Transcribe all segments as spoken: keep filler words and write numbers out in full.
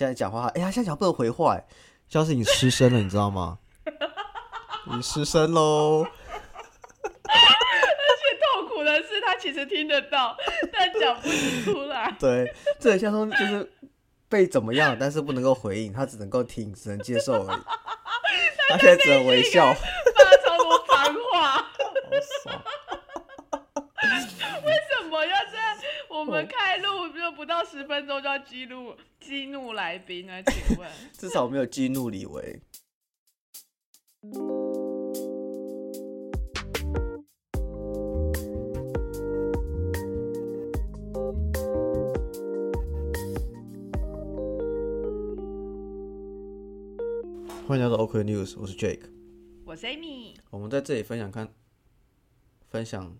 现在讲话，哎、欸，他现在讲不能回话、欸，像是你失声了，你知道吗？你失声喽。 而且痛苦的是，他其实听得到，但讲不出来。 对，这很像说就是被怎么样，但是不能够回应，他只能够听，只能接受而已。他现在只能微笑， 发超多脏话。 好爽。 为什么要在我们开录就不到十分钟就要激怒激怒来宾呢？请问， 至少没有激怒李维。欢迎来到 OK News， 我是 Jake， 我是 Amy， 我们在这里分享看分享。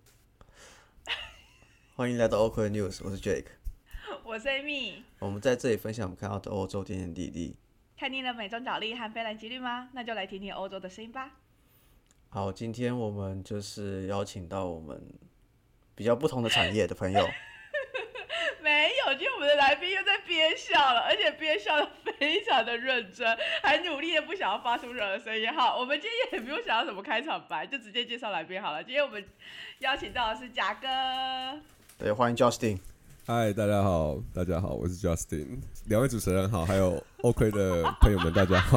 欢迎来到 OK News， 我是 Jake， 我是 Amy， 我们在这里分享我们看到的欧洲点点滴滴。 看腻了美中角力和非蓝即绿吗？那就来听听欧洲的声音吧。 好，今天我们就是邀请到我们比较不同的产业的朋友。 没有，今天我们的来宾又在憋笑了，而且憋笑的非常的认真，还努力的不想要发出任何声音。好，我们今天也不用想要什么开场白，就直接介绍来宾好了。今天我们邀请到的是甲哥。 对，欢迎 Justin。 嗨，大家好，大家好，我是 Justin。两位主持人好，还有 OK 的朋友们，大家好。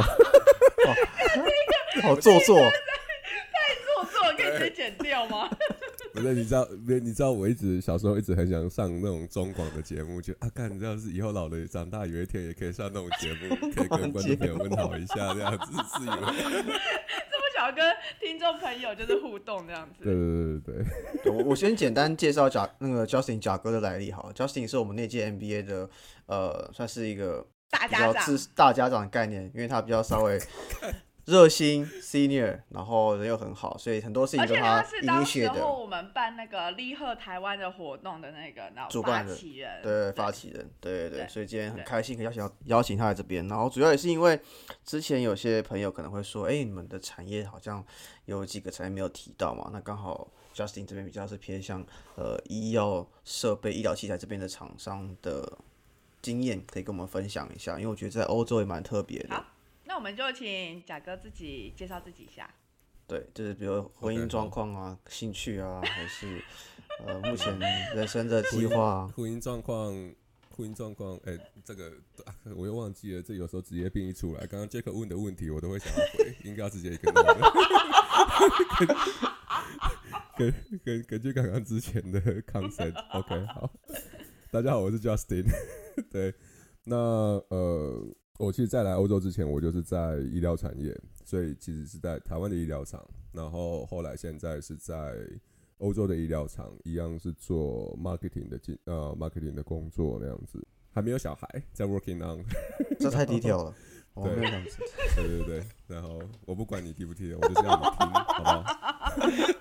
好做作， 太做作，可以直接剪掉吗？ 不是，你知道，你知道，我一直小时候一直很想上那种中广的节目，就啊，干，你知道是以后老了长大有一天也可以上那种节目，可以跟观众朋友问好一下，这样子是以为。 这么想要跟听众朋友就是互动这样子。 对对对对对。我我先简单介绍甲那个 Justin 甲哥的来历好了。Justin 是我们那届 N B A 的呃，算是一个大家长， 大家长的概念，因为他比较稍微。热心 senior， 然后人又很好，所以很多事情都他 initiate 的。而且他是当时候我们办那个力贺台湾的活动的那个主办人，对对，发起人，对对对，所以今天很开心可以邀请邀请他来这边。然后主要也是因为之前有些朋友可能会说，哎、欸，你们的产业好像有几个产业没有提到嘛？那刚好 Justin 这边比较是偏向呃医药设备、医疗器材这边的厂商的经验，可以跟我们分享一下，因为我觉得在欧洲也蛮特别的。 那我们就请甲哥自己介绍自己一下。 对，就是比如婚姻状况啊、okay, 兴趣啊，还是呃目前人生的计划、啊。 婚姻状况，婚姻状况，哎，这个我又忘记了，这有时候职业病一出来，刚刚 Jack 问的问题，我都会想要回，应该要直接一个 no 的。根根根据刚刚之前的 concept，OK， 好，大家好，我是 Justin， 对，那呃。我其实在来欧洲之前，我就是在医疗产业，所以其实是在台湾的医疗厂，然后后来现在是在欧洲的医疗厂，一样是做 marketing 的呃 marketing 的工作那样子，还没有小孩，在 working on， 这太低调了，我没有想知，对对对，然后我不管你低不低调，我就是要你听，好不好？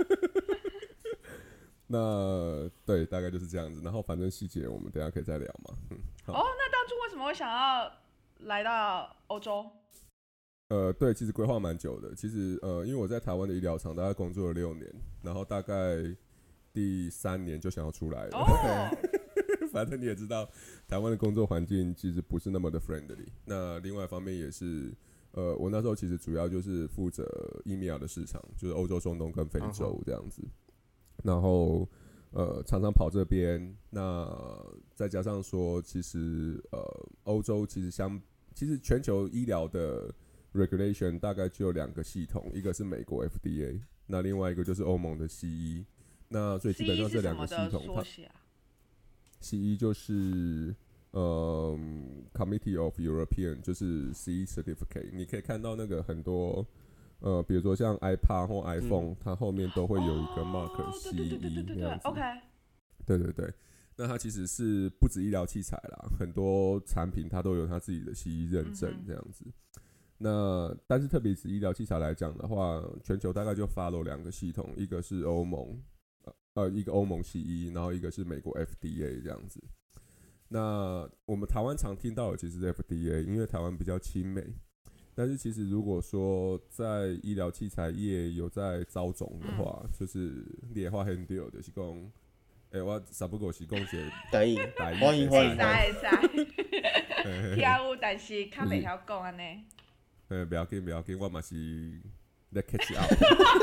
那对，大概就是这样子，然后反正细节我们等一下可以再聊嘛。嗯，好。 哦，那当初为什么会想要来到欧洲？ 呃，对，其实规划蛮久的。其实呃，因为我在台湾的医疗厂大概工作了六年，然后大概第三年就想要出来了。 哦、 反正你也知道，台湾的工作环境其实不是那么的 friendly。那另外一方面也是，呃，我那时候其实主要就是负责疫苗的市场，就是欧洲、中东跟非洲这样子。Uh-huh. 然后呃，常常跑这边，那再加上说，其实呃，欧洲其实相其实全球医疗的 regulation 大概就有两个系统，一个是美国 F D A， 那另外一个就是欧盟的 C E。那所以基本上这两个系统，它 C E 就是呃 Committee of European， 就是 C E Certificate。你可以看到那个很多呃，比如说像 iPad 或 iPhone，、嗯、它后面都会有一个 marker、哦、C E 那样子。 OK。 对对对。那它其实是不止医疗器材啦，很多产品它都有它自己的 C E 认证这样子。嗯、那但是特别是医疗器材来讲的话，全球大概就 follow 两个系统，一个是欧盟，呃，一个欧盟 C E， 然后一个是美国 F D A 这样子。那我们台湾常听到的其实是 F D A， 因为台湾比较亲美。但是其实如果说在医疗器材业有在招种的话，嗯、就是你会发现到就是讲。欸、我差不多是讲些台语，欢迎欢迎。 会使会使。 听有，但是较袂晓讲安尼。 呃，不要紧，不要紧，我嘛是在 catch up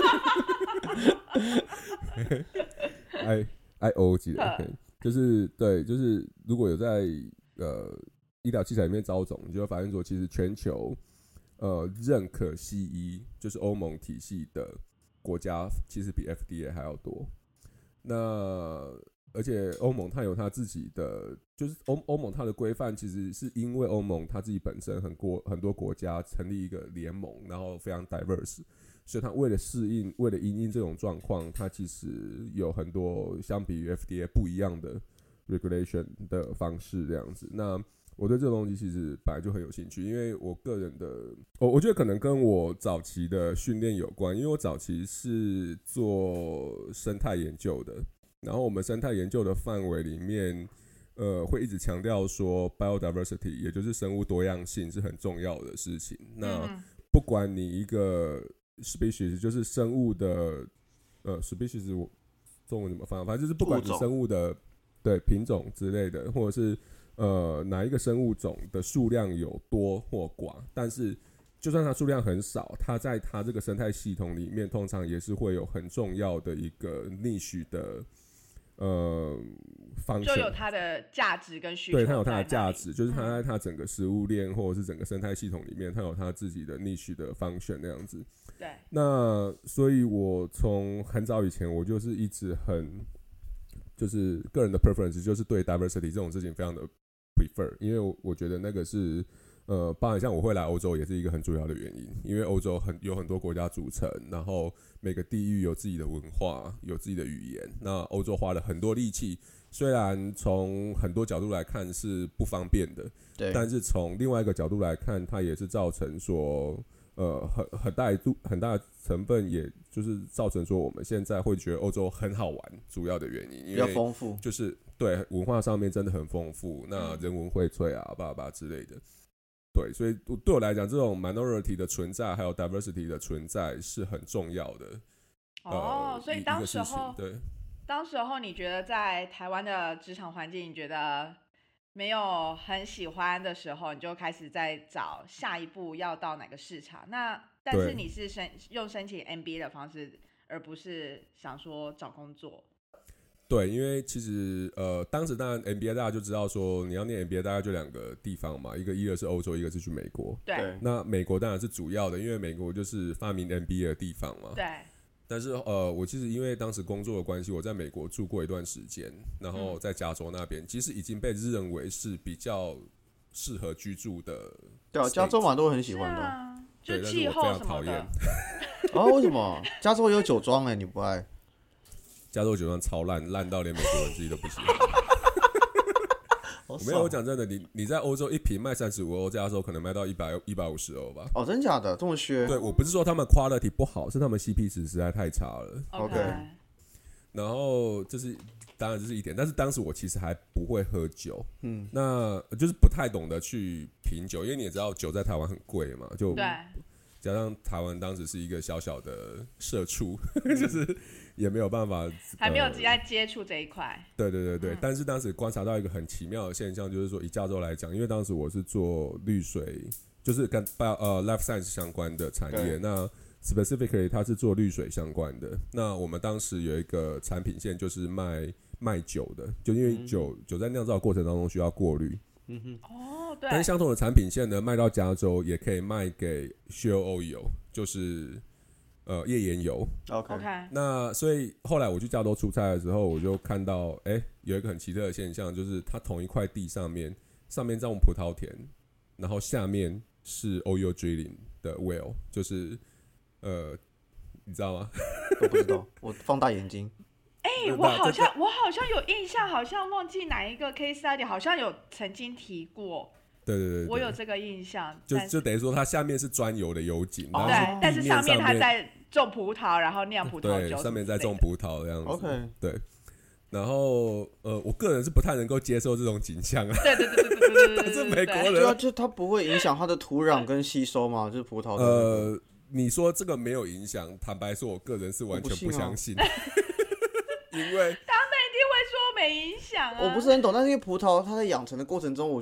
爱爱欧几的，就是对，就是如果有在呃医疗器材里面招总，你就会发现说，其实全球呃认可西医就是欧盟体系的国家，其实比 F D A 还要多。那而且欧盟它有它自己的，就是欧欧盟它的规范，其实是因为欧盟它自己本身很国很多国家成立一个联盟，然后非常 diverse， 所以它为了适应，为了因应这种状况，它其实有很多相比于 F D A 不一样的 regulation 的方式这样子。那我对这个东西其实本来就很有兴趣，因为我个人的，我我觉得可能跟我早期的训练有关，因为我早期是做生态研究的。然后我们生态研究的范围里面，呃，会一直强调说 biodiversity， 也就是生物多样性是很重要的事情。那不管你一个 species， 就是生物的呃 species， 我中文怎么翻？反正就是不管你生物的对品种之类的，或者是呃哪一个生物种的数量有多或寡，但是就算它数量很少，它在它这个生态系统里面，通常也是会有很重要的一个 niche 的。呃，方就有它的价值跟需求， 对，它有它的价值，就是它在它整个食物链或者是整个生态系统里面，它有它自己的 niche 的 function 那样子。 对， 那所以我从很早以前，我就是一直很，就是个人的 preference 就是对 diversity 这种事情非常的 prefer， 因为 我, 我觉得那个是。呃，包含像我会来欧洲也是一个很主要的原因，因为欧洲很有很多国家组成，然后每个地域有自己的文化，有自己的语言。那欧洲花了很多力气，虽然从很多角度来看是不方便的， 对， 但是从另外一个角度来看，它也是造成说，呃，很很大一度很大的成分，也就是造成说我们现在会觉得欧洲很好玩，主要的原因，因为比较丰富， 就是对文化上面真的很丰富，那人文荟萃啊，巴拉巴拉之类的。对，所以对我来讲，这种 minority 的存在，还有 diversity 的存在是很重要的。 哦， 呃、 所以当时候， 对， 当时候你觉得在台湾的职场环境，你觉得没有很喜欢的时候，你就开始在找下一步要到哪个市场。那但是你是申用申请 M B A 的方式，而不是想说找工作。 对，因为其实呃，当时当然 M B A 大家就知道说，你要念 M B A 大概就两个地方嘛，一个一个是欧洲，一个是去美国。 对。 那美国当然是主要的，因为美国就是发明 M B A 的地方嘛。 对。 但是呃，我其实因为当时工作的关系，我在美国住过一段时间，然后在加州那边，嗯、其实已经被认为是比较适合居住的。 对啊，加州蛮多人很喜欢的。 啊、就气候什么的。 哦，为什么？加州有酒庄哎、欸，你不爱？ 加州酒庄超烂，烂到连美国人自己都不喜欢。我没有，我讲真的，你你在欧洲一瓶卖三十五欧，加州可能卖到一百一百五十欧吧？ 哦，真假的，这么削？ 对，我不是说他们 quality 不好，是他们 C P 值实在太差了。 OK。 然后这是当然这是一点，但是当时我其实还不会喝酒，嗯，那就是不太懂得去品酒，因为你也知道酒在台湾很贵嘛，就对。 加上台湾当时是一个小小的社畜，就是也没有办法， 还没有在接触这一块、呃。 对对对对、嗯，但是当时观察到一个很奇妙的现象，就是说以加州来讲，因为当时我是做滤水，就是跟呃 life science 相关的产业，那 specifically 它是做滤水相关的。那我们当时有一个产品线就是卖卖酒的，就因为酒、嗯、酒在酿造的过程当中需要过滤。 嗯哼，哦，对。 但是相同的产品线呢，卖到加州也可以卖给 shale oil， 就是呃页岩油。 OK。 那所以后来我去加州出差的时候，我就看到，哎、欸，有一个很奇特的现象，就是它同一块地上面，上面种葡萄田，然后下面是 oil drilling 的 well， 就是呃，你知道吗？ 我不知道，我放大眼睛。 哎、欸，我好像我好像有印象，好像忘记哪一个 case study， 好像有曾经提过。 对对 对, 對， 我有这个印象。 就就等于说，它下面是专油的油井， 哦、 然后对，但是上面它在种葡萄，然后酿葡萄酒， 对，上面在种葡萄这样子。 OK， 对。然后呃，我个人是不太能够接受这种景象啊。 对对对对对对对。 但是美国人， 对啊，就它不会影响它的土壤跟吸收嘛，就是葡萄的、那個。 呃，你说这个没有影响，坦白说，我个人是完全不相信。因为他们一定会说没影响啊！ 我不是很懂，但是因为葡萄它在养成的过程中，我觉得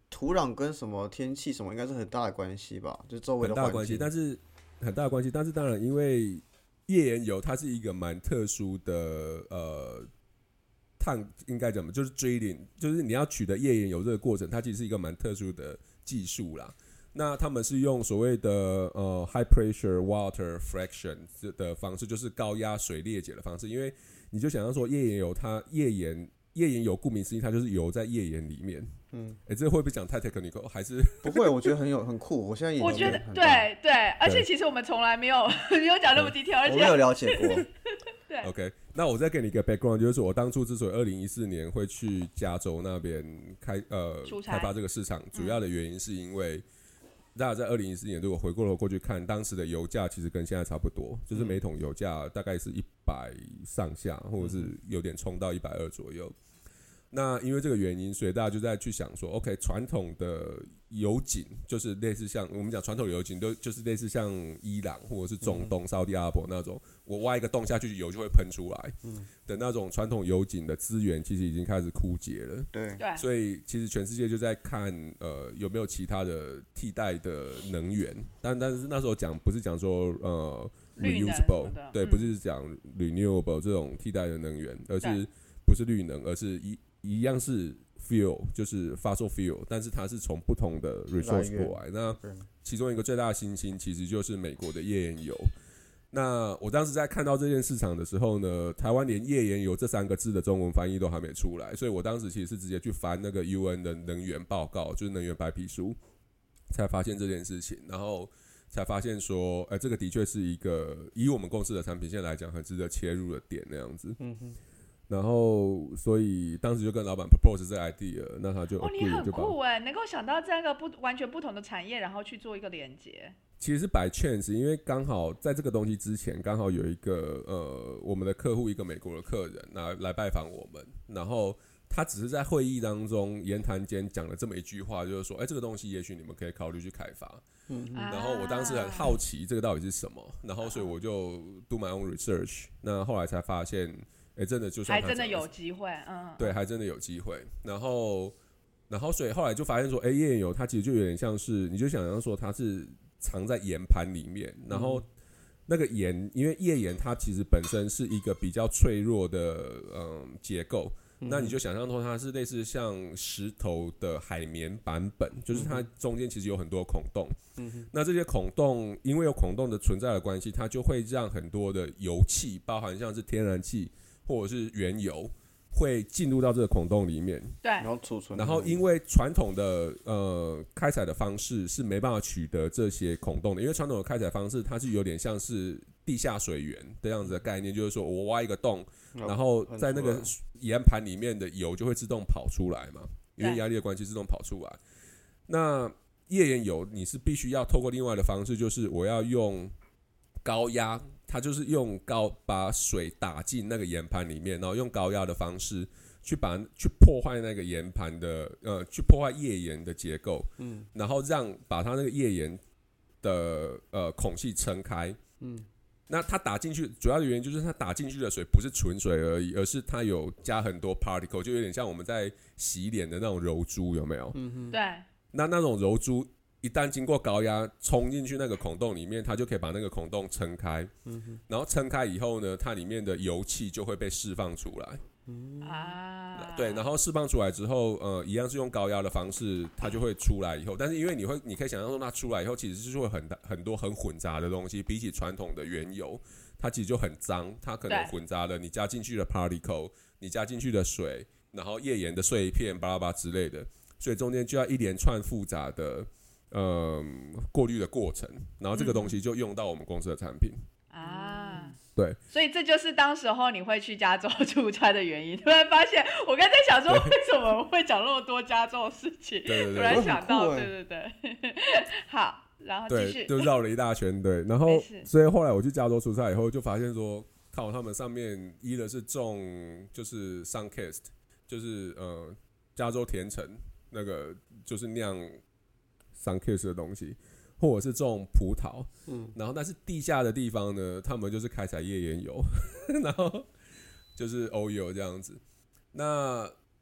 土壤跟什么天气什么应该是很大的关系吧，就周围的很大的关系，但是很大的关系，但是当然因为页岩油它是一个蛮特殊的呃碳，应该怎么就是 drilling， 就是你要取得页岩油这个过程，它其实是一个蛮特殊的技术啦。那他们是用所谓的呃 high pressure water fraction 的方式，就是高压水裂解的方式，因为你就想象说页岩油它页岩页岩油顾名思义它就是油在页岩里面。嗯，哎、欸，这会不会讲太 technical？ 还是不会？我觉得很有很酷。我现在也我觉得对对，而且其实我们从来没有没有讲那么 detail， 而且我没有了解过。 对 ，OK， 那我再给你一个 background， 就是我当初之所以二零一四年会去加州那边开呃开发这个市场，主要的原因是因为。嗯大家在二零一四年如果回过头过去看，当时的油价其实跟现在差不多，就是每桶油价大概是一百上下，或者是有点冲到一百二左右。那因为这个原因，所以大家就在去想说 ，OK， 传统的油井就是类似像我们讲传统的油井，都就是类似像伊朗或者是中东、沙特阿拉伯那种，我挖一个洞下去，油就会喷出来的那种传统油井的资源，其实已经开始枯竭了。 对， 所以其实全世界就在看呃有没有其他的替代的能源，但但是那时候讲不是讲说呃 reusable， 对，不是讲 renewable 这种替代的能源，而是不是绿能，而是一一样是 fuel， 就是 fossil fuel， 但是它是从不同的 resource 过来。那其中一个最大的新兴其实就是美国的页岩油。那我当时在看到这件市场的时候呢，台湾连页岩油这三个字的中文翻译都还没出来，所以我当时其实是直接去翻那个 U N 的能源报告，就是能源白皮书，才发现这件事情，然后才发现说，哎、欸，这个的确是一个以我们公司的产品线来讲，很值得切入的点那样子。嗯哼。然后，所以当时就跟老板 propose 这个 idea， 那他就 agree， 哦，你很酷哎，能够想到三个不完全不同的产业，然后去做一个连接。 其实是 by chance， 因为刚好在这个东西之前，刚好有一个呃，我们的客户一个美国的客人来来拜访我们，然后他只是在会议当中言谈间讲了这么一句话，就是说，哎，这个东西也许你们可以考虑去开发。嗯，然后我当时很好奇这个到底是什么，然后所以我就 do my own research， 那后来才发现。哎，真的就像还真的有机会，嗯， 对，还真的有机会。然后，然后，所以后来就发现说，哎，页岩油它其实就有点像是，你就想象说它是藏在岩盘里面，然后那个岩，因为页岩它其实本身是一个比较脆弱的嗯结构，那你就想象说它是类似像石头的海绵版本，就是它中间其实有很多孔洞。嗯、那这些孔洞因为有孔洞的存在的关系，它就会让很多的油气，包含像是天然气。或者是原油会进入到这个孔洞里面， 对， 然后储存。 然后因为传统的呃开采的方式是没办法取得这些孔洞的，因为传统的开采方式它是有点像是地下水源这样子的概念，就是说我挖一个洞，然后在那个岩盘里面的油就会自动跑出来嘛，因为压力的关系自动跑出来。那页岩油你是必须要透过另外的方式，就是我要用高压。它就是用高把水打进那个岩盘里面，然后用高压的方式去把去破坏那个岩盘的呃，去破坏页岩的结构，嗯，然后让把它那个页岩的呃孔隙撑开，嗯，那它打进去主要的原因就是它打进去的水不是纯水而已，而是它有加很多 particle， 就有点像我们在洗脸的那种柔珠，有没有？嗯哼， 对， 那那种柔珠。一旦经过高压冲进去那个孔洞里面，它就可以把那个孔洞撑开，嗯、然后撑开以后呢，它里面的油气就会被释放出来。嗯、啊，对，然后释放出来之后，呃，一样是用高压的方式，它就会出来以后，但是因为你会，你可以想象说它出来以后，其实就是会很很多很混杂的东西，比起传统的原油，它其实就很脏，它可能混杂了你加进去的 particle， 你加进去的水，然后页岩的碎片，巴拉巴之类的，所以中间就要一连串复杂的。嗯，过滤的过程，然后这个东西就用到我们公司的产品、嗯、啊。对， 所以这就是当时候你会去加州出差的原因。突然发现，我刚才想说，为什么会讲那么多加州的事情？ 对对对， 突然想到，对对对。好，然后继续， 就绕了一大圈。对，然后所以后来我去加州出差以后，就发现说，靠，他们上面一的是种就是 Sunkist， 就是呃加州甜橙那个就是酿。Sunkist 的东西，或者是种葡萄，嗯，然后但是地下的地方呢，他们就是开采页岩油，然后就是 oil 这样子。那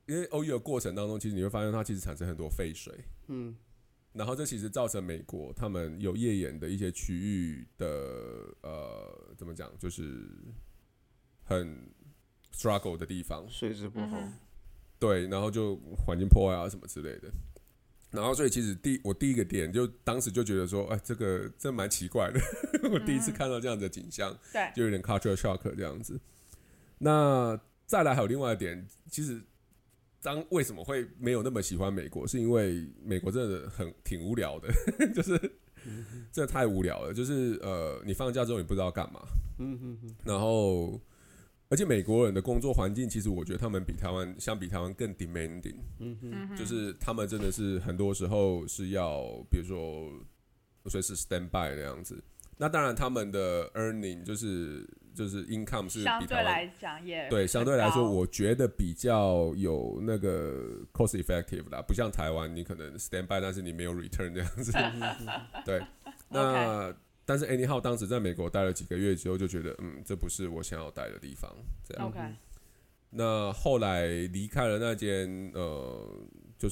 因为欧育的过程当中，其实你会发现它其实产生很多废水，嗯，然后这其实造成美国他们有页岩的一些区域的呃怎么讲，就是很 struggle 的地方， 水质不好，嗯、 对，然后就环境破坏啊什么之类的。然后，所以其实第我第一个点就当时就觉得说，哎，这个这蛮奇怪的，我第一次看到这样的景象， 对， 就有点 culture shock 这样子。那再来还有另外一点，其实当为什么会没有那么喜欢美国，是因为美国真的很挺无聊的，就是真的太无聊了。就是呃，你放假之后你不知道干嘛，然后。而且美国人的工作环境，其实我觉得他们比台湾相比台湾更 demanding， 嗯哼，就是他们真的是很多时候是要，比如说随时 stand by 那样子。那当然，他们的 earning 就是就是 income 是比台湾相对来讲也对相对来说，我觉得比较有那个 cost effective 啦，不像台湾，你可能 stand by， 但是你没有 return 这样子。对，那。Okay.但是 anyhow 当时在美国待了几个月之后，就觉得嗯，这不是我想要待的地方。这样。 Okay. 那后来离开了那间呃，就是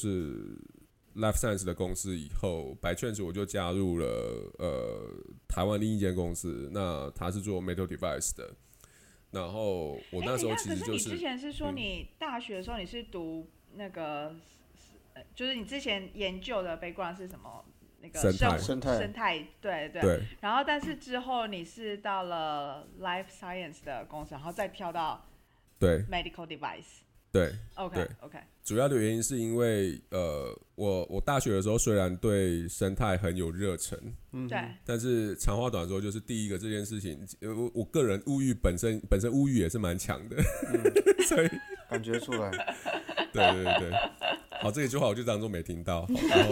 Life Science 的公司以后，百确实我就加入了呃台湾另一间公司，那他是做 Medical Device 的。然后我那时候其实就是， 可是你之前是说你大学的时候你是读那个，嗯、就是你之前研究的 background 是什么？那个生生态， 生态，对 对, 对。 然后，但是之后你是到了 Life Science 的公司，然后再跳到对 Medical Device。 对 ，OK 对 OK。 主要的原因是因为呃，我我大学的时候虽然对生态很有热忱， 嗯，对， 但是长话短说，就是第一个这件事情，我我个人物欲本身本身物欲也是蛮强的，嗯、所以感觉出来。 对对对对，好，这一句话我就当做没听到。然后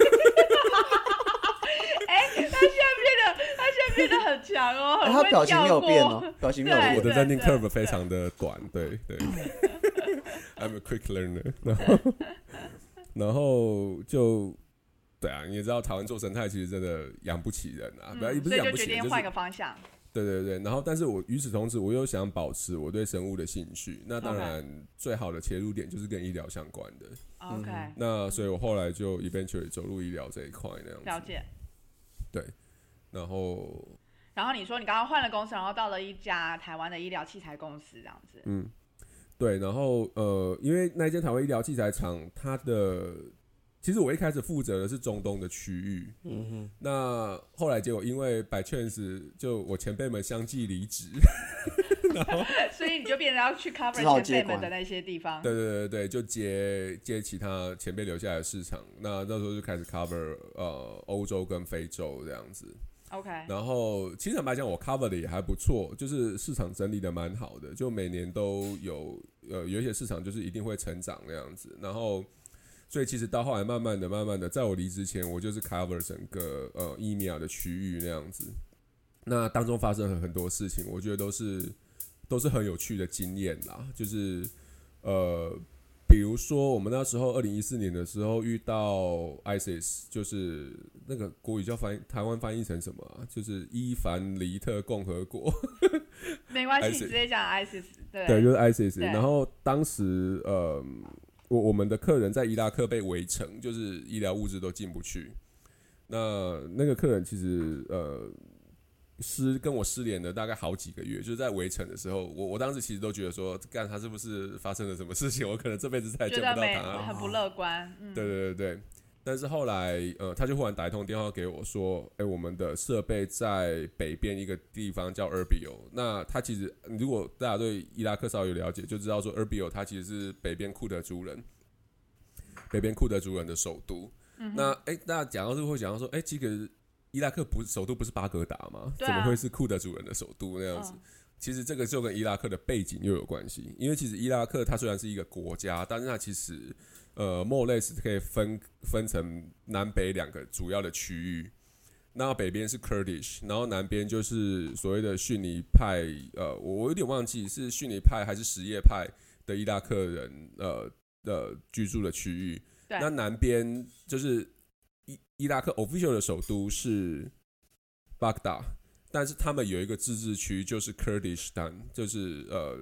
变得很强哦，很会跳过、欸、他表情没有变哦，表情没有变。 我的认定 curve 非常的短，对对。I'm a quick learner 然后。然后就对啊，你也知道台湾做生态其实真的养不起人啊， 嗯、 也不是养不起人， 所以就决定换个方向。 对对对，然后但是我与此同时，我又想保持我对生物的兴趣。那当然，最好的切入点就是跟医疗相关的。 OK、嗯。 那所以我后来就 eventually 走入医疗这一块那样子。 了解。 对。然后， 然后你说你刚刚换了公司，然后到了一家台湾的医疗器材公司这样子。 嗯，对。然后呃，因为那间台湾医疗器材厂，它的其实我一开始负责的是中东的区域。嗯哼。那后来结果因为by chance就我前辈们相继离职，然后所以你就变成要去 cover 前辈们的那些地方。 对对对对，就接接其他前辈留下来的市场。那那时候就开始 cover 呃欧洲跟非洲这样子。 OK， 然后其实坦白讲，我 cover 的也还不错，就是市场整理的蛮好的，就每年都有呃有一些市场就是一定会成长那样子。然后，所以其实到后来慢慢的、慢慢的，在我离职前，我就是 cover 整个呃疫苗的区域那样子。那当中发生了很多事情，我觉得都是都是很有趣的经验啦，就是呃。比如说，我们那时候二零一四年的时候遇到 I S I S， 就是那个国语叫翻台湾翻译成什么啊？就是伊凡黎特共和国。 没关系，你直接讲 I S I S。对， 对，就是 I S I S。然后当时呃，我我们的客人在伊拉克被围城，就是医疗物资都进不去。那那个客人其实呃。失跟我失联了大概好几个月，就是在围城的时候，我我当时其实都觉得说，干他是不是发生了什么事情？我可能这辈子再也见不到他， 很不乐观。嗯、 对对对对，但是后来呃，他就忽然打一通电话给我说，哎、欸，我们的设备在北边一个地方叫 Erbil。那他其实如果大家对伊拉克稍有了解，就知道说 Erbil 它其实是北边库德族人，北边库德族人的首都。嗯、那哎、欸，大家讲到这会想到说，哎、欸，这个。伊拉克不是首都不是巴格达吗？ 啊、 怎么会是库德族人的首都那样子？哦、其实这个就跟伊拉克的背景又有关系，因为其实伊拉克它虽然是一个国家，但是它其实呃 more or less 可以分分成南北两个主要的区域。那北边是 Kurdish， 然后南边就是所谓的逊尼派，呃，我有点忘记是逊尼派还是什叶派的伊拉克人呃的居住的区域。那南边就是。伊拉克 official 的首都是巴格达，但是他们有一个自治区，就是 Kurdistan， 就是呃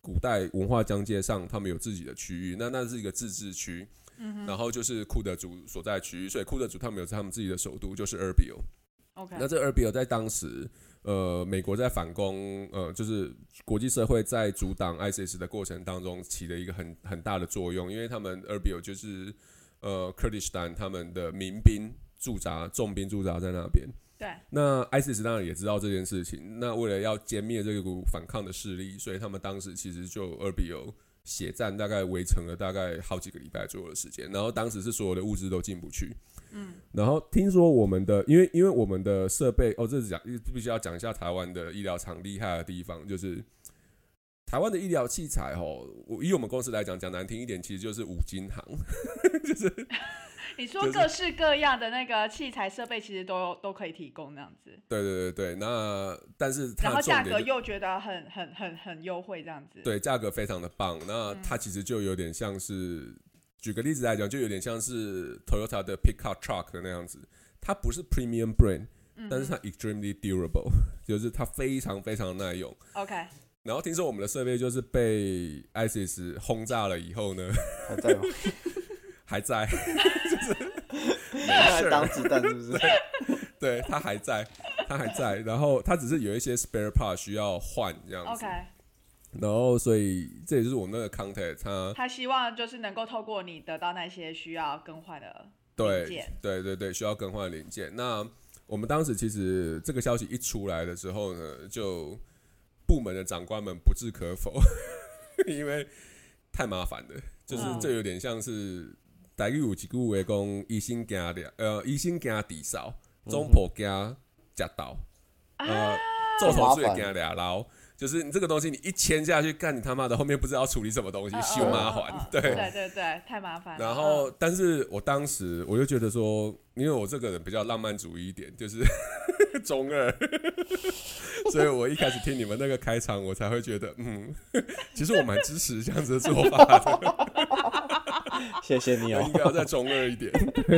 古代文化疆界上，他们有自己的区域，那那是一个自治区。嗯、然后就是库德族所在的区域，所以库德族他们有他们自己的首都，就是 Erbil。Okay. 那这 Erbil 在当时，呃，美国在反攻，呃，就是国际社会在阻挡 I S I S 的过程当中起了一个很很大的作用，因为他们 Erbil 就是呃 Kurdistan 他们的民兵驻扎重兵驻扎在那边。 对。 那 I S I S 当然也知道这件事情，那为了要歼灭这股反抗的势力，所以他们当时其实就 Erbil血战大概围城了大概好几个礼拜左右的时间，然后当时是所有的物资都进不去。嗯，然后听说我们的，因为因为我们的设备，哦，这是讲必须要讲一下台湾的医疗厂厉害的地方，就是台湾的医疗器材哦，以我们公司来讲，讲难听一点，其实就是五金行，就是你说各式各样的那个器材设备，其实都都可以提供那样子。 对对对对，那但是它然后价格又觉得很很很很优惠这样子。 对，价格非常的棒。那它其实就有点像是，嗯、举个例子来讲，就有点像是 Toyota 的 Pickup Truck 的那样子。它不是 Premium Brand，、嗯、但是它 Extremely Durable， 就是它非常非常耐用。 OK。 然后听说我们的设备就是被 I S I S 轰炸了以后呢， 还在吗？ 还在，就是没事，当子弹是不是？ 对，他还在，他还在，然后他只是有一些 spare part 需要换这样子。 OK。 然后，所以这也就是我们那个 contact， 他他希望就是能够透过你得到那些需要更换的零件。 对对对对，需要更换的零件。那我们当时其实这个消息一出来的时候呢，就部门的长官们不置可否，因为太麻烦了，就是这有点像是。台语有一句话讲，医生惊了，呃，医生惊地扫，总婆惊食豆，呃，做手术也惊俩捞，就是你这个东西你一签下去，干你他妈的后面不知道处理什么东西，修麻烦，对对对对，太麻烦了。 然后，但是我当时我就觉得说，因为我这个人比较浪漫主义一点，就是中二，所以我一开始听你们那个开场，我才会觉得，嗯，其实我蛮支持这样子的做法的。 谢谢你哦， 应该要再中二一点。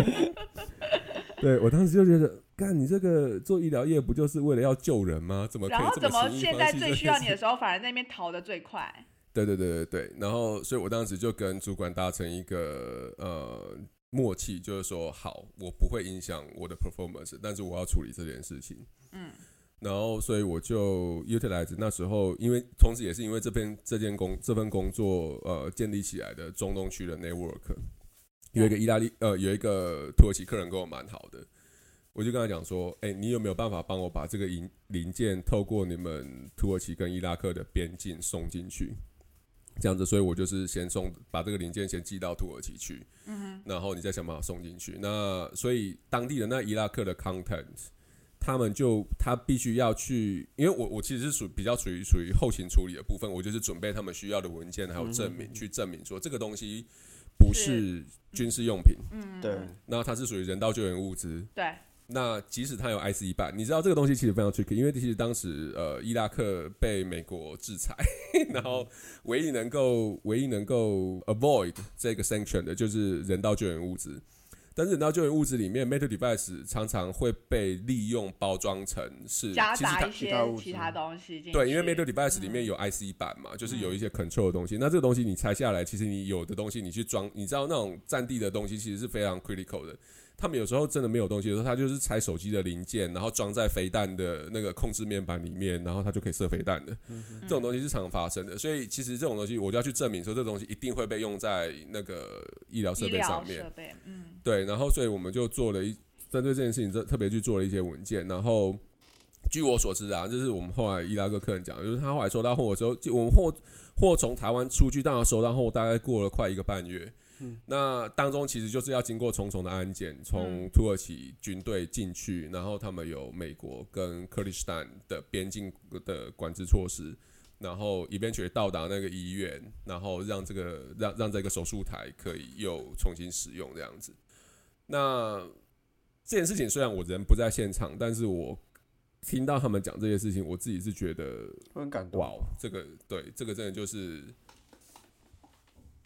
对，我当时就觉得，干你这个做医疗业不就是为了要救人吗？怎么可以这么轻易放弃？然后怎么现在最需要你的时候，反而在那边逃得最快？ 对对对对对。然后，所以我当时就跟主管达成一个呃默契，就是说，好，我不会影响我的 performance， 但是我要处理这件事情。嗯。然后，所以我就 utilize 那时候，因为同时也是因为这边这件工这份工作呃建立起来的中东区的 network， 有一个意大利呃有一个土耳其客人跟我蛮好的，我就跟他讲说，哎、欸，你有没有办法帮我把这个零件透过你们土耳其跟伊拉克的边境送进去？这样子，所以我就是先送把这个零件先寄到土耳其去，嗯、然后你再想办法送进去。那所以当地的那伊拉克的 content。他们就他必须要去，因为我我其实是属比较属于属于后勤处理的部分，我就是准备他们需要的文件还有证明，嗯、去证明说这个东西不是军事用品， 嗯， 对， 那它是属于人道救援物资， 对。 那即使它有 I C 版，你知道这个东西其实非常 tricky， 因为其实当时呃伊拉克被美国制裁，然后唯一能够唯一能够 avoid 这个 sanction 的就是人道救援物资。但是人道救援物资里面 ，medical device 常常会被利用包装成是夹杂一些其他东西进去。 对，因为 medical device 里面有 I C 版嘛，嗯、就是有一些 control 的东西。嗯、那这个东西你拆下来，其实你有的东西你去装，你知道那种战地的东西其实是非常 critical 的。他们有时候真的没有东西的时候，他就是拆手机的零件，然后装在飞弹的那个控制面板里面，然后他就可以射飞弹的。嗯、这种东西是常发生的，所以其实这种东西我就要去证明说，这个东西一定会被用在那个医疗设备上面。 设备，嗯， 对，然后所以我们就做了一针对这件事情，特别去做了一些文件。然后据我所知啊，就是我们后来伊拉克客人讲，就是他后来收到货的时候，我们货货从台湾出去，当然收到后大概过了快一个半月。嗯、那当中其实就是要经过重重的安检，从土耳其军队进去，然后他们有美国跟克里斯坦的边境的管制措施，然后eventually到达那个医院，然后让这个让让这个手术台可以又重新使用这样子。那这件事情虽然我人不在现场，但是我听到他们讲这些事情，我自己是觉得很感动。 哇，这个对这个真的就是。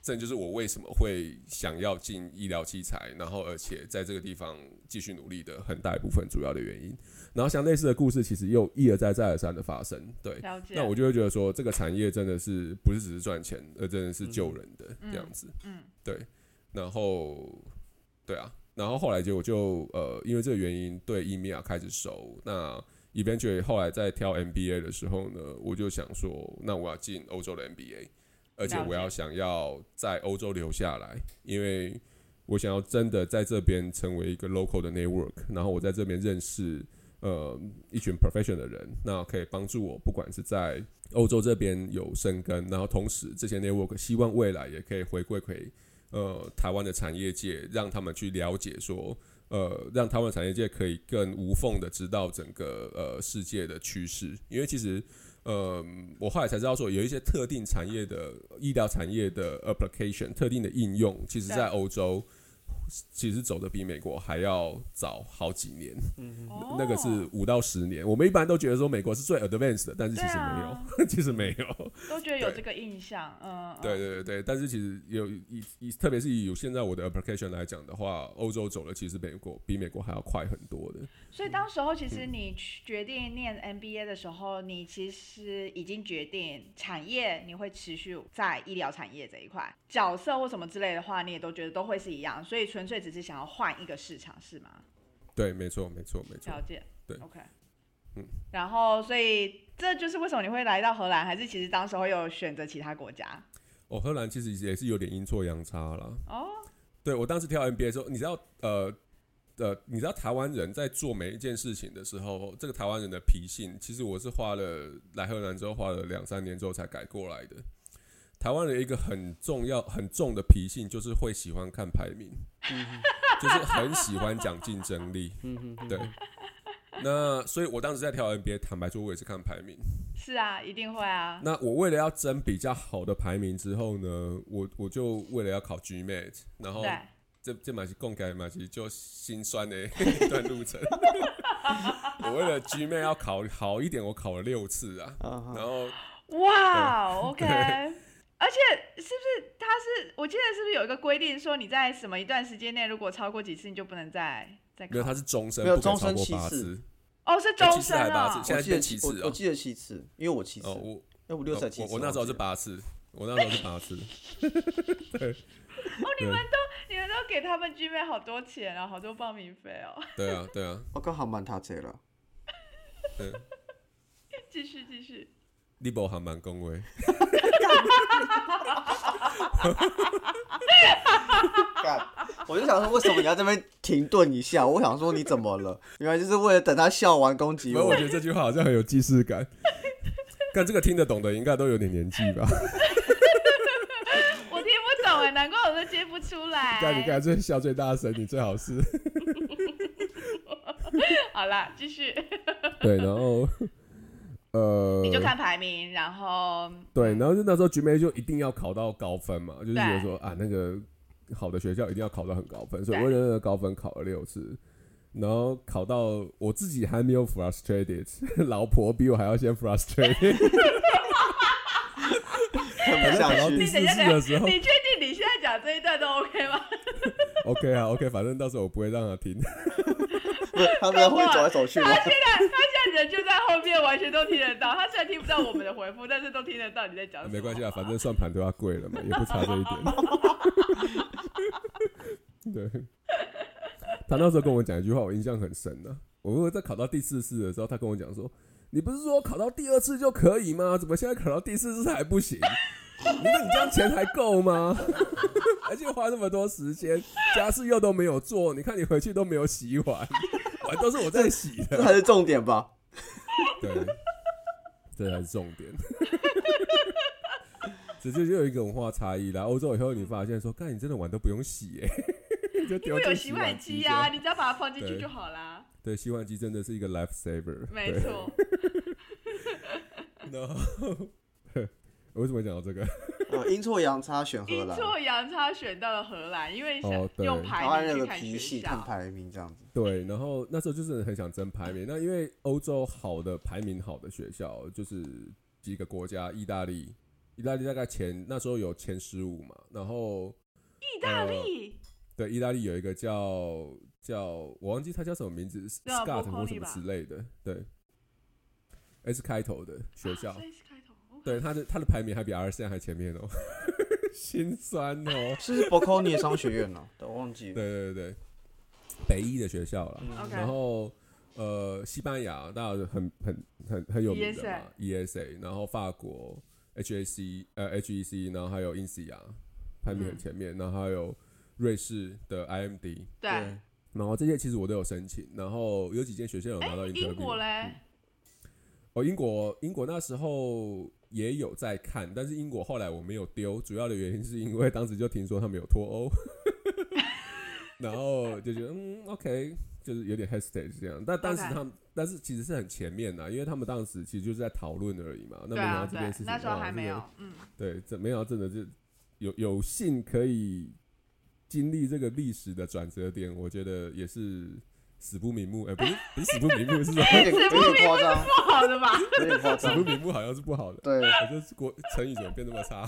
这就是我为什么会想要进医疗器材，然后而且在这个地方继续努力的很大一部分主要的原因。然后像类似的故事，其实又一而再再而三的发生。对，那我就会觉得说，这个产业真的是不是只是赚钱，而真的是救人的这样子。嗯，嗯对。然后，对啊，然后后来结果就呃，因为这个原因对 E M E A 开始熟。那 eventually 后来在挑 M B A 的时候呢，我就想说，那我要进欧洲的 M B A。而且我要想要在欧洲留下来，因为我想要真的在这边成为一个 local 的 network， 然后我在这边认识呃一群 professional 的人，那可以帮助我不管是在欧洲这边有生根，然后同时这些 network 希望未来也可以回馈给呃台湾的产业界，让他们去了解说呃让台湾的产业界可以更无缝的知道整个呃世界的趋势，因为其实。呃，我后来才知道说，有一些特定产业的医疗产业的 application， 特定的应用，其实在欧洲其实走的比美国还要早好几年，嗯、那个是五到十年。我们一般都觉得说美国是最 advanced 的，但是其实没有，啊、其实没有， 都觉得有这个印象，嗯， 对对对对，但是其实有以以特别是以现在我的 application 来讲的话，欧洲走的其实美国比美国还要快很多的。 所以当时候其实你决定念 M B A 的时候，你其实已经决定产业你会持续在医疗产业这一块，角色或什么之类的话，你也都觉得都会是一样，所以纯粹只是想要换一个市场，是吗？ 对，没错，没错，没错。 了解， 对 ，OK， 嗯。 然后，所以这就是为什么你会来到荷兰，还是其实当时候有选择其他国家？ 哦，荷兰其实也是有点阴错阳差啦。 哦， 对我当时跳 M B A 的时候，你知道，呃。呃，你知道台湾人在做每一件事情的时候，这个台湾人的脾性，其实我是花了来荷兰之后花了两三年之后才改过来的。台湾人一个很重要、很重的脾性，就是会喜欢看排名，就是很喜欢讲竞争力。对，那所以我当时在跳 N B A， 坦白说，我也是看排名。 是啊，一定会啊。 那我为了要争比较好的排名之后呢，我我就为了要考 G M A T， 然后。这这嘛是讲起来嘛是就心酸的一段路程。我为了 G M A 要考好一点，我考了六次啊。Uh-huh. 然后哇 ，OK， 而且是不是他是我记得是不是有一个规定说你在什么一段时间内如果超过几次你就不能再再考？ 没有，他是终身， 没有终身七次。 哦，是终身啊、欸！现在变七次、 哦、我记得七次，因为我七次。哦， 我那我六次七次、 哦我。我那时候是八次，我那时候是八次。对。 哦，你们都你们都给他们 G M A 好多钱啊，好多报名费哦。 对啊，对啊。 我刚好蛮他这了。 对。 继续继续。 你无还蛮恭维。 我就想说，为什么你要这边停顿一下？我想说你怎么了？原来就是为了等他笑完攻击我。 我觉得这句话好像很有既视感。但这个听得懂的应该都有点年纪吧。 我听不懂哎，难怪我都接不出来。 干你刚才最笑最大声，你最好是。 好啦，继续。 对，然后呃， 你就看排名，然后对，然后就那时候 G M A 就一定要考到高分嘛，就是觉得说啊，那个好的学校一定要考到很高分，所以我为了那个高分考了六次。然后考到我自己还没有 frustrated， 老婆比我还要先 frustrated。 看不下去。 第四次的时候， 你确定你现在讲这一段都 OK 吗 ？OK 啊 ，OK， 反正到时候我不会让他听。 他们会走来走去吗？ 他现在他现在人就在后面，完全都听得到。他虽然听不到我们的回复，但是都听得到你在讲什么。 没关系啊，反正算盘都要贵了嘛，也不差这一点。对。他那时候跟我讲一句话，我印象很深啊。我在考到第四次的时候，他跟我讲说：“你不是说考到第二次就可以吗？怎么现在考到第四次还不行？那你这样钱还够吗？而且花那么多时间，家事又都没有做，你看你回去都没有洗碗，碗都是我在洗的。 这才是重点吧？ 对，这才是重点。只是就有一个文化差异啦。欧洲以后你发现说，干你真的碗都不用洗耶、欸。” 因为有洗碗机啊，你只要把它放进去就好啦。 对，洗碗机真的是一个 life saver。 没错。 然后，我为什么讲到这个？ 呃，阴错阳差选荷兰。 阴错阳差选到了荷兰，因为想用排名去看学校， 看排名这样子。 对，然后那时候就是很想争排名。那因为欧洲好的排名好的学校就是几个国家，意大利。 意大利大概前那时候有前十五嘛，然后意大利、 呃、对，意大利有一个叫叫我忘记它叫什么名字 ，Scott 或什么之类的，对 ，S 开头的学校，啊、 S 开头， 对，它的它的排名还比 R C 还前面哦，心酸哦， 是 Bocconi 的商学院呢、啊，我忘记了， 对对对，北医的学校啦， 嗯、 然后。呃，西班牙大家很很很很有名的嘛 ，E S A， 然后法国 H A C 呃 H E C， 然后还有 I N S E A 排名很前面，嗯、然后还有瑞士的 I M D， 对， 然后这些其实我都有申请，然后有几间学校有拿到 interview。 英国嘞？嗯、 哦，英国英国那时候也有在看，但是英国后来我没有丢，主要的原因是因为当时就听说他们有脱欧，然后就觉得嗯 OK。就是有点 hesitate 这样，但当时他们， okay. 但是其实是很前面的，因为他们当时其实就是在讨论而已嘛。那没想到这件事情， 那时候还没有， 哦、 嗯， 对，这没想到真的就有有幸可以经历这个历史的转折点，我觉得也是死不瞑目，哎、欸，不是不是死不瞑目，是什么？ 有点有点夸张， 不好的吧？ 有点夸张， 死不瞑目好像是不好的。 对， 我觉得国成语怎么变这么差？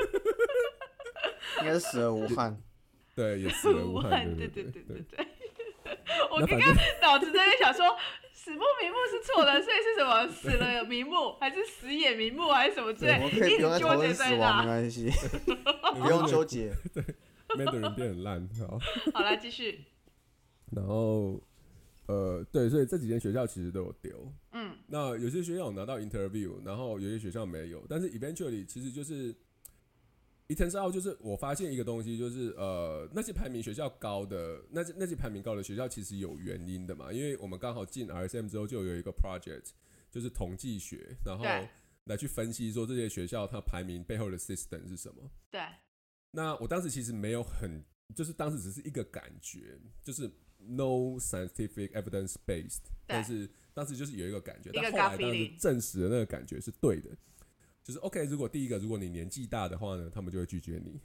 应该是死而无憾。 对，也死而无憾， 对对对对对对。我刚刚脑子在想说，死不瞑目是错的，所以是什么？死了瞑目，还是死也瞑目，还是什么之类？ 我可以不用再讨论死亡，没关系，不用纠结。 对 ，Mandarin 变很烂，好。 好，来继续。 然后，呃，对，所以这几间学校其实都有丢。 嗯。 那有些学校有拿到 interview， 然后有些学校没有，但是 eventually 其实就是。It turns out 就是我发现一个东西，就是呃那些排名学校高的那些那些排名高的学校其实有原因的嘛，因为我们刚好进 R S M 之后就有一个 project， 就是统计学，然后来去分析说这些学校它排名背后的 system 是什么。 对。 那我当时其实没有很，就是当时只是一个感觉，就是 no scientific evidence based， 但是当时就是有一一个感觉，但后来当时证实了那个感觉是对的。就是 OK， 如果第一个，如果你年纪大的话呢，他们就会拒绝你。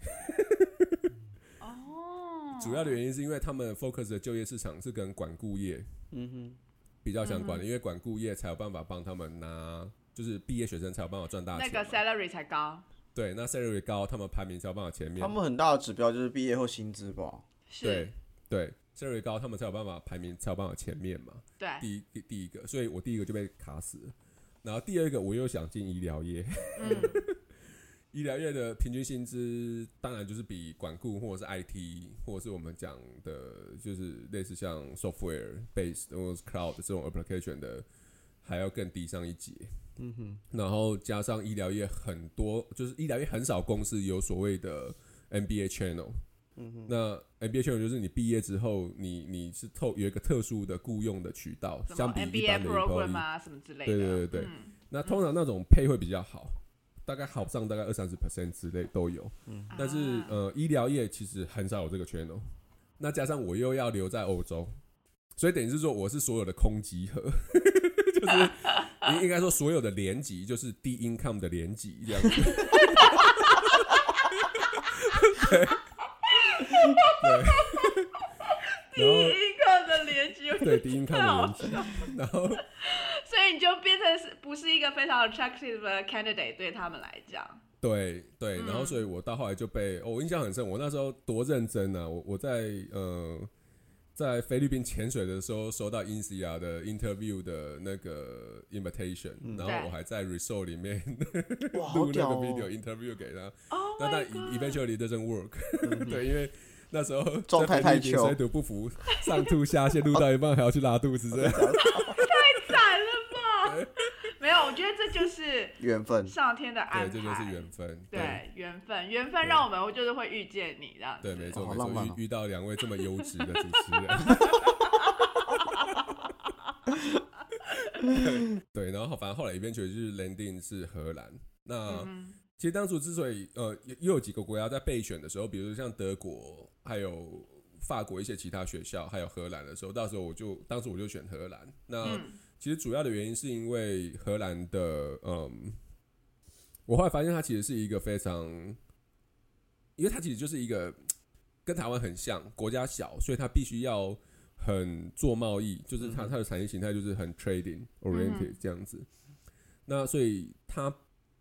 哦。 主要的原因是因为他们 focus 的就业市场是跟管顾业，嗯哼，比较相关的，嗯、因为管顾业才有办法帮他们拿，就是毕业学生才有办法赚大钱， 那个 salary 才高。 对，那 salary 高，他们排名才有办法前面。 他们很大的指标就是毕业后薪资吧？ 对对 ，salary 高，他们才有办法排名，才有办法前面嘛。 对， 第一第一个，所以我第一个就被卡死了。然后第二个，我又想进医疗业，嗯、医疗业的平均薪资当然就是比管顾或者是 I T 或者是我们讲的，就是类似像 software based 或者是 cloud 这种 application 的还要更低上一截。嗯哼，然后加上医疗业很多，就是医疗业很少公司有所谓的 M B A channel。嗯哼，那 M B A channel 就是你毕业之后，你你是透有一个特殊的雇用的渠道，相比一般的 program 啊什么之类的。 对对对对，嗯、那通常那种配会比较好，大概好上大概二三十 percent 之类都有。嗯，但是、啊、呃，医疗业其实很少有这个 channel。那加上我又要留在欧洲，所以等于是说我是所有的空集合，就是应该说所有的连级就是低 income 的连级这样子。对。 对，低音抗的连接， 对低音抗的连接，然后， 所以你就变成是不是一个非常 attractive 的 candidate 对他们来讲？ 对对，然后所以我到后来就被、哦、我印象很深，我那时候多认真啊！我我在呃在菲律宾潜水的时候收到 I N S E A 的 interview 的那个 invitation，、嗯、然后我还在 resort 里面录那个 video interview 给他， 哦、 那但 eventually doesn't work，、嗯、对，因为。那时候状态太糗， 水土不服，上吐下泻，录到一半还要去拉肚子，这样太惨了吧？没有，我觉得这就是缘分， 上天的安排， 对，这就是缘分， 对，缘分，缘分让我们就是会遇见你这样子， 对，没错没错， 哦、 遇遇到两位这么优质的主持人，对，然后反正后来 eventually 就是 landing 是荷兰，那。嗯其实当初之所以呃又有几个国家在备选的时候，比如像德国、还有法国一些其他学校，还有荷兰的时候，到时候我就当时我就选荷兰。那、嗯、其实主要的原因是因为荷兰的嗯，我后来发现它其实是一个非常，因为它其实就是一个跟台湾很像，国家小，所以它必须要很做贸易，就是它它的产业形态就是很 trading oriented 这样子。嗯、那所以它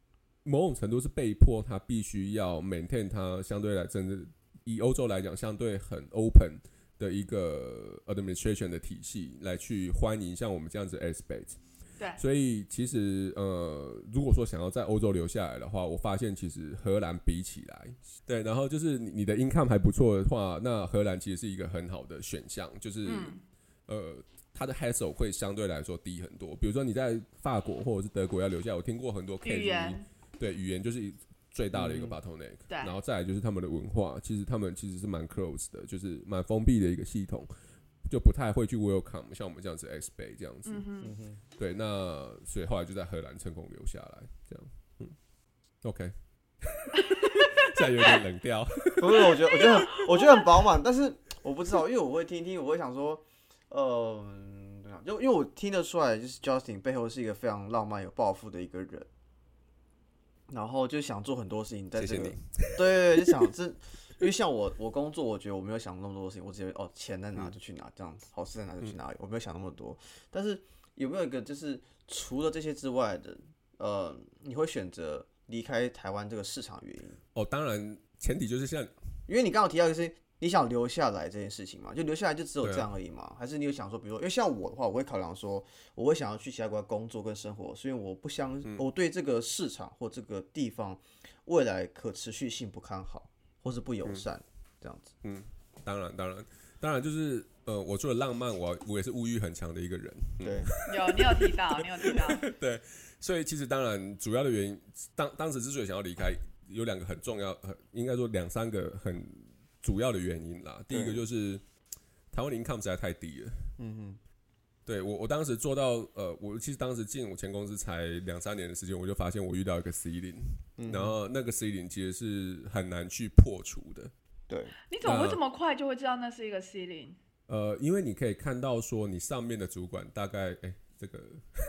某种程度是被迫，他必须要 maintain 他相对来，甚至以欧洲来讲，相对很 open 的一个 administration 的体系来去欢迎像我们这样子的 expat。 对， 所以其实呃，如果说想要在欧洲留下来的话，我发现其实荷兰比起来，对，然后就是你的 income 还不错的话，那荷兰其实是一个很好的选项，就是、嗯、呃，它的 hassle 会相对来说低很多。比如说你在法国或者是德国要留下来，我听过很多 case， 语言对语言就是最大的一个 bottleneck，、嗯、 然后再来就是他们的文化，其实他们其实是蛮 close 的，就是蛮封闭的一个系统。就不太会去 welcome 像我们这样子 expat 这样子，嗯哼，对，那所以后来就在荷兰成功留下来，这样，嗯 ，OK， 现在有点冷掉， 不是，我觉得我觉得很我觉得很饱满，但是我不知道，因为我会听听，我会想说，呃，就因为我听得出来，就是 Justin 背后是一个非常浪漫、有抱负的一个人，然后就想做很多事情，在这个， 谢谢你， 对，就想这。因为像我，我工作，我觉得我没有想那么多事情，我只觉得哦，钱在哪就去哪，这样子，好事在哪就去哪里，我没有想那么多。但是有没有一个就是除了这些之外的，呃，你会选择离开台湾这个市场原因？ 哦，当然，前提就是像， 因为你刚刚提到就是你想留下来这件事情嘛，就留下来就只有这样而已嘛？啊、还是你有想说，比如说，因为像我的话，我会考量说，我会想要去其他国家工作跟生活，所以我不相，嗯、我对这个市场或这个地方未来可持续性不看好。或是不友善、嗯，这样子。 嗯，当然，当然，当然，就是呃，我说的浪漫，我我也是物欲很强的一个人。 嗯、对， 有你有提到，你有提到。 对，所以其实当然主要的原因，当当时之所以想要离开，有两个很重要，应该说两三个很主要的原因啦。第一个就是台湾的 income 实在太低了。嗯哼。对我，我当时做到，呃，我其实当时进我前公司才两三年的时间，我就发现我遇到一个 ceiling，、嗯、然后那个 ceiling 其实是很难去破除的。 对， 你怎么会这么快就会知道那是一个 ceiling？ 呃，因为你可以看到说，你上面的主管大概，哎，这个，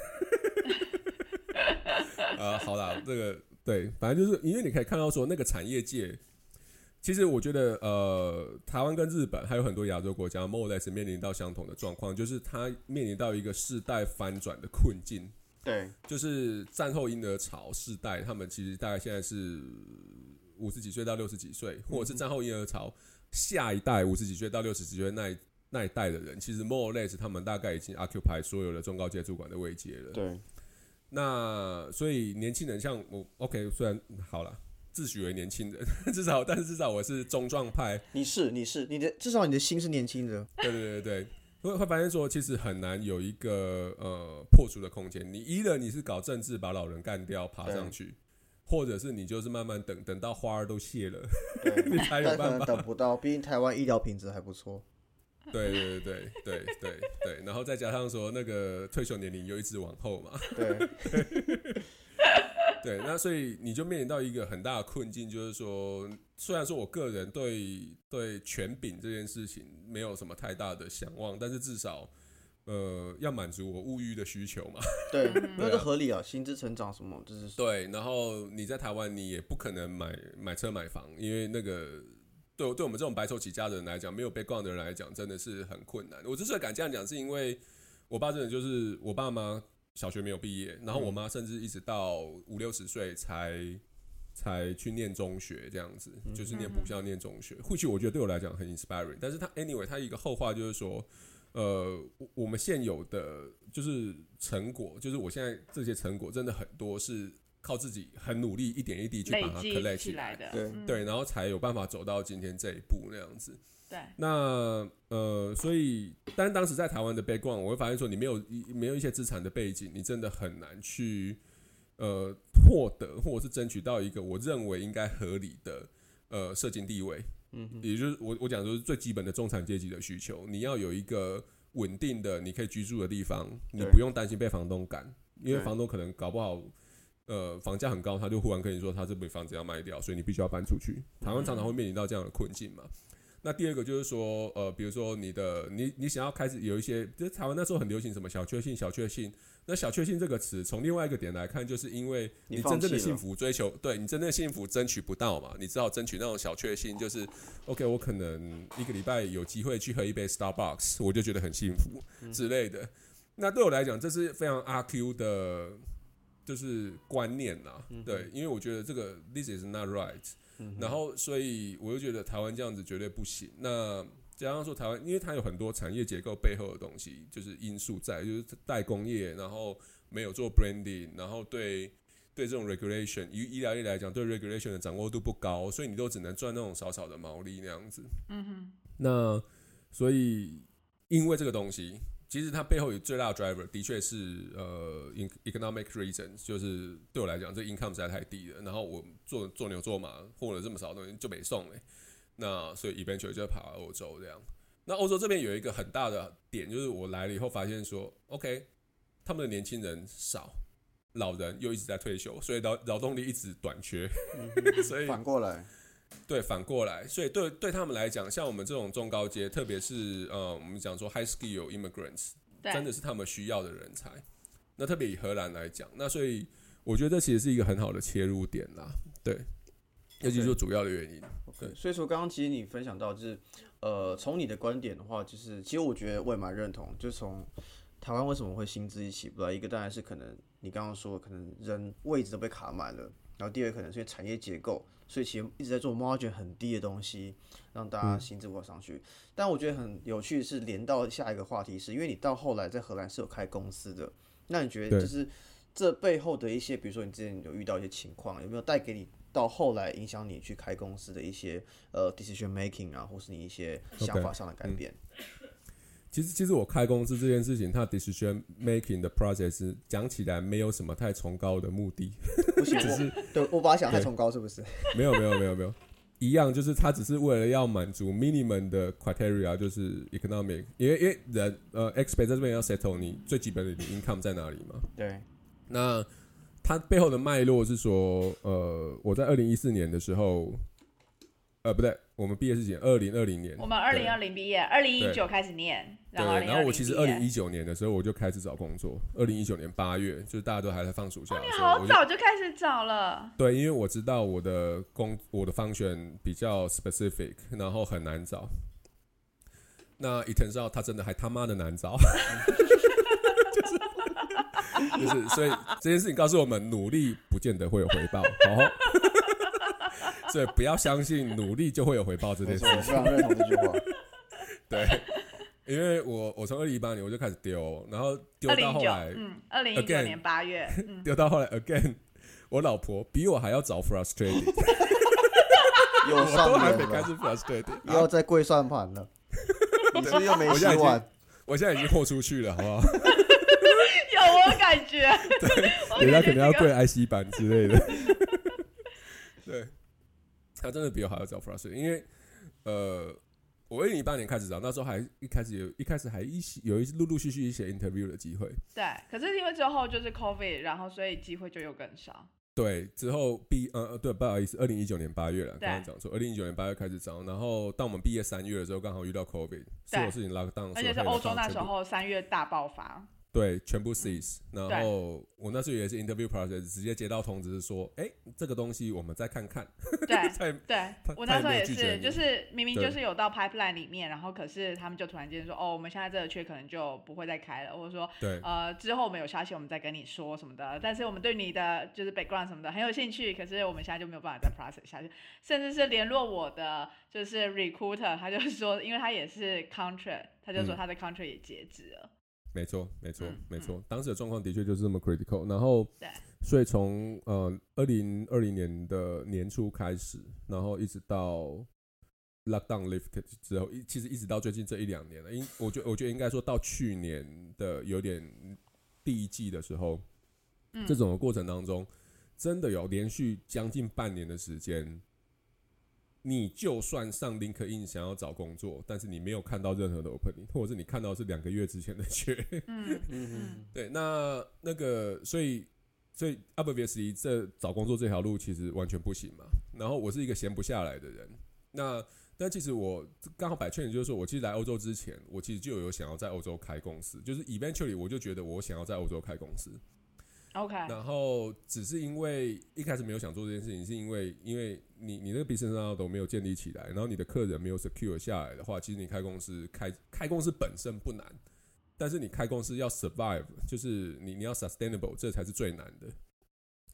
呃，好啦，这个对，反正就是因为你可以看到说，那个产业界。其实我觉得，呃，台湾跟日本还有很多亚洲国家 more or less 面临到相同的状况，就是它面临到一个世代翻转的困境。 对， 就是战后婴儿潮世代，他们其实大概现在是五十几岁到六十几岁，或者是战后婴儿潮下一代五十几岁到六十几岁那一那一代的人，其实 more or less 他们大概已经 occupy 所有的中高阶主管的位阶了。 对， 那所以年轻人像我 ，OK， 虽然好了。自诩为年轻人，至少，但是至少我是中壮派。 你是，你是，你的至少你的心是年轻的。 对对对对，会会发现说，其实很难有一个呃破除的空间。你一了你是搞政治把老人干掉爬上去，或者是你就是慢慢等等到花儿都谢了，你才有办法。 等不到，毕竟台湾医疗品质还不错。 对对对对对对对，然后再加上说那个退休年龄又一直往后嘛。 对。 对，那所以你就面临到一个很大的困境，就是说，虽然说我个人对对权柄这件事情没有什么太大的想望，但是至少，呃，要满足我物欲的需求嘛。 对，那个合理啊，薪资成长什么，就是对。然后你在台湾，你也不可能买买车买房，因为那个对对我们这种白手起家的人来讲，没有background的人来讲，真的是很困难。我之所以敢这样讲，是因为我爸真的就是我爸妈。小学没有毕业，然后我妈甚至一直到五六十岁才才去念中学，这样子，就是念补校、念中学。或许我觉得对我来讲很 inspiring， 但是他 anyway， 他一个后话就是说，呃，我们现有的就是成果，就是我现在这些成果真的很多是靠自己很努力，一点一滴去把它 collect 起来的， 对、 嗯、 对，然后才有办法走到今天这一步那样子。 对， 那呃，所以，但当时在台湾的 background， 我会发现说，你没有没有一些资产的背景，你真的很难去呃获得或者是争取到一个我认为应该合理的呃社经地位。嗯，也就是我我讲的是最基本的中产阶级的需求，你要有一个稳定的你可以居住的地方，你不用担心被房东赶，因为房东可能搞不好。呃，房价很高，他就忽然跟你说他这笔房子要卖掉，所以你必须要搬出去。台湾常常会面临到这样的困境嘛。那第二个就是说，呃，比如说你的你你想要开始有一些，就是台湾那时候很流行什么小确幸、小确幸。那小确幸这个词，从另外一个点来看，就是因为你真正的幸福追求，对你真正的幸福争取不到嘛，你只好争取那种小确幸，就是 OK， 我可能一个礼拜有机会去喝一杯 Starbucks， 我就觉得很幸福之类的。那对我来讲，这是非常阿 Q 的就是观念呐、啊嗯，对，因为我觉得这个 this is not right，、嗯、然后所以我就觉得台湾这样子绝对不行。那加上说台湾，因为它有很多产业结构背后的东西，就是因素在，就是代工业，然后没有做 branding， 然后对对这种 regulation， 以医疗业来讲，对 regulation 的掌握度不高，所以你都只能赚那种少少的毛利那样子。嗯哼。那所以因为这个东西，其实它背后有最大的 driver， 的确是呃 economic reasons， 就是对我来讲，这 income 实在太低了，然后我做做牛做马，获了这么少的东西就没送嘞。那所以 eventually 就跑到欧洲这样。那欧洲这边有一个很大的点，就是我来了以后发现说 ，OK， 他们的年轻人少，老人又一直在退休，所以劳劳动力一直短缺。 嗯、所以反过来， 对，反过来，所以对对他们来讲，像我们这种中高阶，特别是呃，我们讲说 high skill immigrants， 真的是他们需要的人才。那特别以荷兰来讲，那所以我觉得这其实是一个很好的切入点啦，对。这就是主要的原因。 对，所以说刚刚其实你分享到，就是呃，从你的观点的话，就是其实我觉得我也蛮认同，就是从台湾为什么会薪资起不来，一个当然是可能你刚刚说可能人位置都被卡满了，然后第二个可能是因为产业结构，所以其实一直在做 margin 很低的东西，让大家薪资不上去。嗯、但我觉得很有趣的是，连到下一个话题是，因为你到后来在荷兰是有开公司的，那你觉得就是这背后的一些，比如说你之前有遇到一些情况，有没有带给你？到后来影响你去开公司的一些呃 decision making 啊，或是你一些想法上的改变。 Okay, 嗯、其实，其实我开公司这件事情，它 decision making 的 process 讲起来没有什么太崇高的目的。 不行，只是对我把它想太崇高，是不是？ 没有，没有，没有，没有，一样，就是它只是为了要满足 minimum 的 criteria， 就是 economic， 因为因为人呃 expert 在这边要 settle 你最基本的 income 在哪里嘛？ 对， 那。它背后的脉络是说，呃，我在二零一四年的时候，呃，不对，我们毕业是几？二零二零年。 我们二零二零毕业，二零一九开始念，然后二零二零然后我其实二零一九年的时候我就开始找工作，二零一九年八月，就是大家都还在放暑假的时候， 哦，你好早就开始找了。 对，因为我知道我的工我的function比较 specific， 然后很难找。那it turns out它真的还他妈的难找。就是，所以这件事情告诉我们，努力不见得会有回报，好，所以不要相信努力就会有回报这件事情。 我非常认同这句话。 对，因为我我从二零一八年我就开始丢，然后丢到后来， 嗯，二零一九年八月， 丢、嗯、到后来 again， 我老婆比我还要早 frustrated， 又上我都还没开始 frustrated， 又要再跪算盘了，你是又没洗碗， 我现在已经豁出去了，好不好？ 有我感觉， 对，人家可能要跪 I C 版之类的。对，他真的比我还要早 frustrated， 因为呃，我二零一八年开始找，那时候还一开始有一开始还一有一陆陆续续一些 interview 的机会。 对，可是因为之后就是 COVID， 然后所以机会就又更少。 对，之后毕呃对，不好意思，二零一九年八月了，刚刚讲说，二零一九年八月开始找，然后到我们毕业三月的时候，刚好遇到 COVID， 所有事情 lock down， 而且是欧洲那时候三月大爆发。 对，全部 cease。然后我那时候也是 interview process， 直接接到通知说，哎，这个东西我们再看看。 对，对，我那时候也是，就是明明就是有到 pipeline 里面，然后可是他们就突然间说，哦，我们现在这个缺可能就不会再开了，或者说， 对， 呃，之后我们有消息我们再跟你说什么的。但是我们对你的就是 background 什么的很有兴趣，可是我们现在就没有办法再 process 下去，甚至是联络我的就是 recruiter， 他就说，因为他也是 contract， 他就说他的 contract 也截止了。嗯没错，没错，嗯、没错。当时的状况的确就是这么 critical。然后， 对， 所以从呃二零二零年的年初开始，然后一直到 lockdown lift 之后，其实一直到最近这一两年了。因我觉得，我觉得应该说到去年的有点第一季的时候，嗯、这种的过程当中，真的有连续将近半年的时间。你就算上 LinkedIn 想要找工作，但是你没有看到任何的 opening， 或者是你看到的是两个月之前的缺。 嗯嗯， 对，那那个，所以所以 obviously 这找工作这条路其实完全不行嘛。然后我是一个闲不下来的人，那但其实我刚好摆劝，就是说我其实来欧洲之前，我其实就有想要在欧洲开公司，就是 eventually 我就觉得我想要在欧洲开公司。 OK， 然后只是因为一开始没有想做这件事情，是因为因为你你那个 business model 没有建立起来，然后你的客人没有 secure 下来的话，其实你开公司开开公司本身不难，但是你开公司要 survive， 就是你你要 sustainable， 这才是最难的。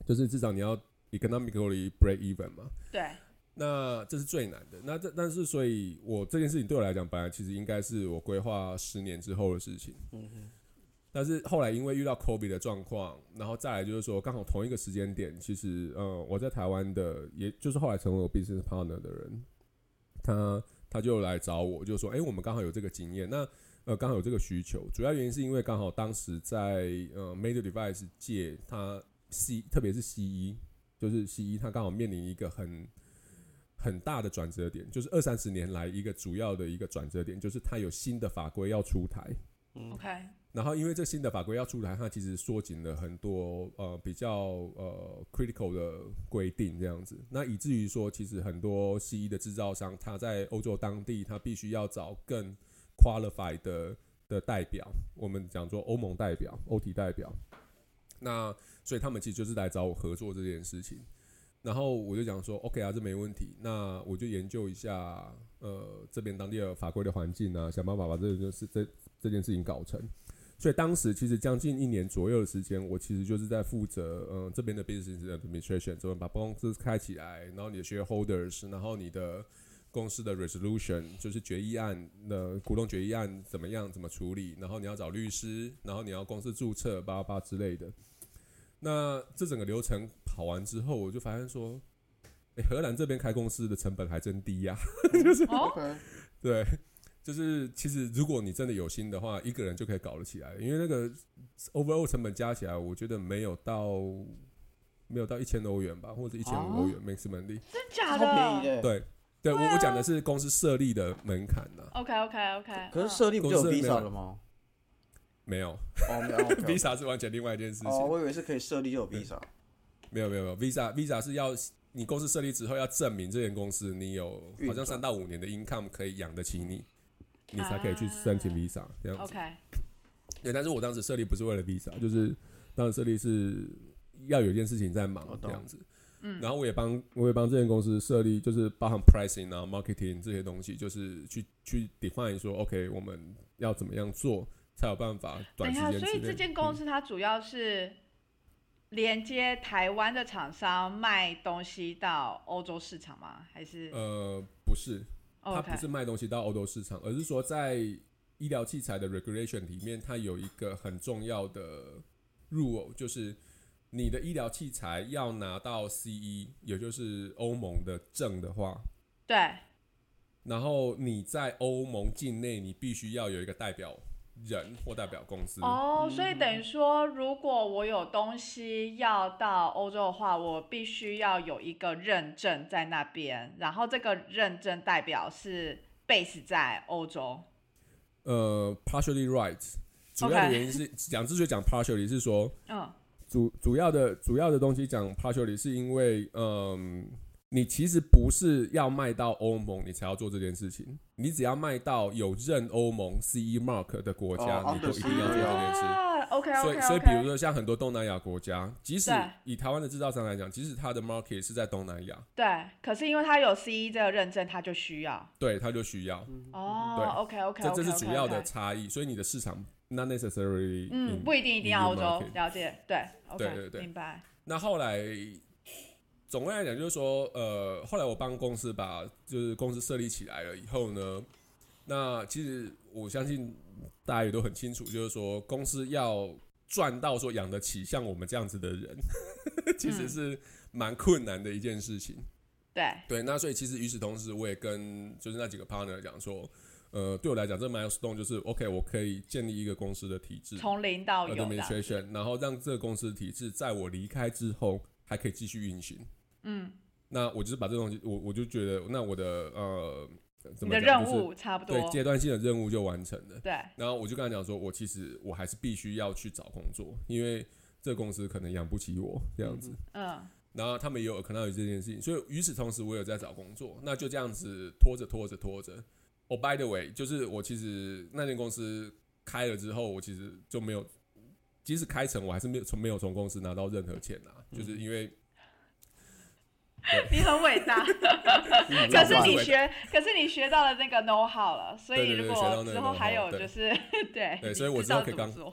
就是至少你要 economically break even 嘛。 对。 那这是最难的。那这但是所以我这件事情对我来讲，本来其实应该是我规划十年之后的事情。嗯哼。但是后来因为遇到 COVID 的状况，然后再来就是说，刚好同一个时间点，其实呃我在台湾的，也就是后来成为我 business partner 的人，他他就来找我，就说，哎、欸，我们刚好有这个经验，那呃刚好有这个需求，主要原因是因为刚好当时在呃 medical device 界，它 C 特别是 C E， 就是 C E 它刚好面临一个很很大的转折点，就是二三十年来一个主要的一个转折点，就是它有新的法规要出台。 嗯 OK。 然后因为这新的法规要出台，它其实缩紧了很多呃比较呃 critical 的规定这样子，那以至于说其实很多 C E 的制造商，他在欧洲当地他必须要找更 qualified 的的代表，我们讲说欧盟代表、欧体代表，那所以他们其实就是来找我合作这件事情。然后我就讲说 OK 啊，这没问题，那我就研究一下呃这边当地的法规的环境啊，想办法把这件事这这件事情搞成。所以当时其实将近一年左右的时间，我其实就是在负责呃这边的 business administration， 怎么把公司开起来，然后你的 shareholders， 然后你的公司的 resolution， 就是决议案的股东决议案怎么样怎么处理，然后你要找律师，然后你要公司注册八八八之类的。那这整个流程跑完之后，我就发现说，欸、荷兰这边开公司的成本还真低呀、啊，就是、 哦、 对。就是其实如果你真的有心的话，一个人就可以搞得起来，因为那个 overall 成本加起来，我觉得没有到没有到一千欧元吧，或者一千五欧元 maximally。 真假的？ 超便宜的。 对对，我我讲的是公司设立的门槛呐。 OK OK OK。 可是设立不就有 Visa 了吗？ 没有， 哦没有。okay, okay. Visa 是完全另外一件事情。 哦，我以为是可以设立就有 Visa。 没有没有没有 ，Visa Visa 是要你公司设立之后要证明这间公司你有好像三到五年的 income 可以养得起你。你才可以去申请 Visa、啊、这样子。 OK。 对，但是我当时设立不是为了 Visa， 就是当时设立是要有一件事情在忙这样子。嗯。然后我也帮我也帮这间公司设立，就是包含 pricing 啊、marketing 这些东西，就是去去 define 说 ，OK， 我们要怎么样做才有办法短时间之内。 等一下，所以这间公司它主要是连接台湾的厂商卖东西到欧洲市场吗？还是？ 呃，不是。它不是卖东西到欧洲市场，而是说在医疗器材的 regulation 里面，它有一个很重要的 rule， 就是你的医疗器材要拿到 C E， 也就是欧盟的证的话， 对。 然后你在欧盟境内，你必须要有一个代表人或代表公司。 哦，所以等于说，如果我有东西要到欧洲的话，我必须要有一个认证在那边，然后这个认证代表是 base 在欧洲。 呃 ，partially right， 主要的原因是讲之所以讲 partially 是说，嗯，主主要的主要的东西讲 partially 是因为，嗯。你其实不是要卖到欧盟你才要做这件事情，你只要卖到有认欧盟 C E Mark 的国家， oh, 你就一定要做这件事。 啊、OK OK 所以 OK。 所以比如说像很多东南亚国家，即使以台湾的制造商来讲，即使它的 market 是在东南亚， 对，可是因为它有 C E 这个认证，它就需要。 对，它就需要。 哦、 对 ，OK OK， 这这是主要的差异，所以你的市场 not necessarily， 嗯，不一定一定要欧洲，了解，对 ，OK， 对对对， 明白。 那后来。总归来讲，就是说，呃，后来我帮公司把就是公司设立起来了以后呢，那其实我相信大家也都很清楚，就是说公司要赚到说养得起像我们这样子的人，其实是蛮困难的一件事情。 对对，那所以其实与此同时，我也跟就是那几个 partner 讲说，呃，对我来讲，这个 milestone 就是 OK， 我可以建立一个公司的体制， 从零到有的 administration， 然后让这个公司的体制在我离开之后还可以继续运行。嗯，那我就是把这东西，我我就觉得，那我的呃，怎么讲， 你的任务差不多， 对，阶段性的任务就完成了。 对， 然后我就跟他讲说，我其实我还是必须要去找工作，因为这个公司可能养不起我这样子。嗯，嗯然后他们也有可能有这件事情，所以与此同时，我有在找工作，那就这样子拖着拖着拖着。哦、oh, ，by the way， 就是我其实那间公司开了之后，我其实就没有，即使开成，我还是没有从没有从公司拿到任何钱啊，嗯、就是因为。 你很伟大，可是你学，可是你学到了那个 know how 了，所以如果之后还有就是， 对对对，所以我之后可以刚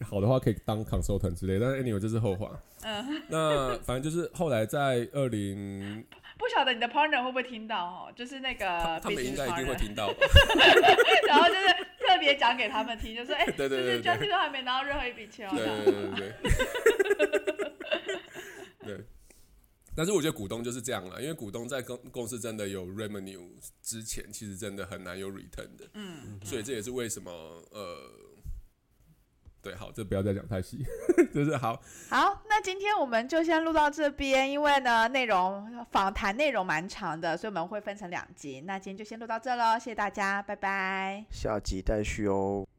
好的话可以当 consultant 之类，但是 anyway 这是后话。嗯，那反正就是后来在二零， 不晓得你的 partner 会不会听到哦？就是那个他， 他们应该一定会听到吧。 然后就是特别讲给他们听，就说哎， 对对对， 就是 Justin 都还没拿到任何一笔钱哦。 对对对对对。对。但是我觉得股东就是这样啦，因为股东在公公司真的有 revenue 之前，其实真的很难有 return 的。嗯，所以这也是为什么呃。对，好，这不要再讲太细，就是好。 好，那今天我们就先录到这边，因为呢，内容访谈内容蛮长的，所以我们会分成两集。那今天就先录到这咯，谢谢大家，拜拜。 下集待续哦。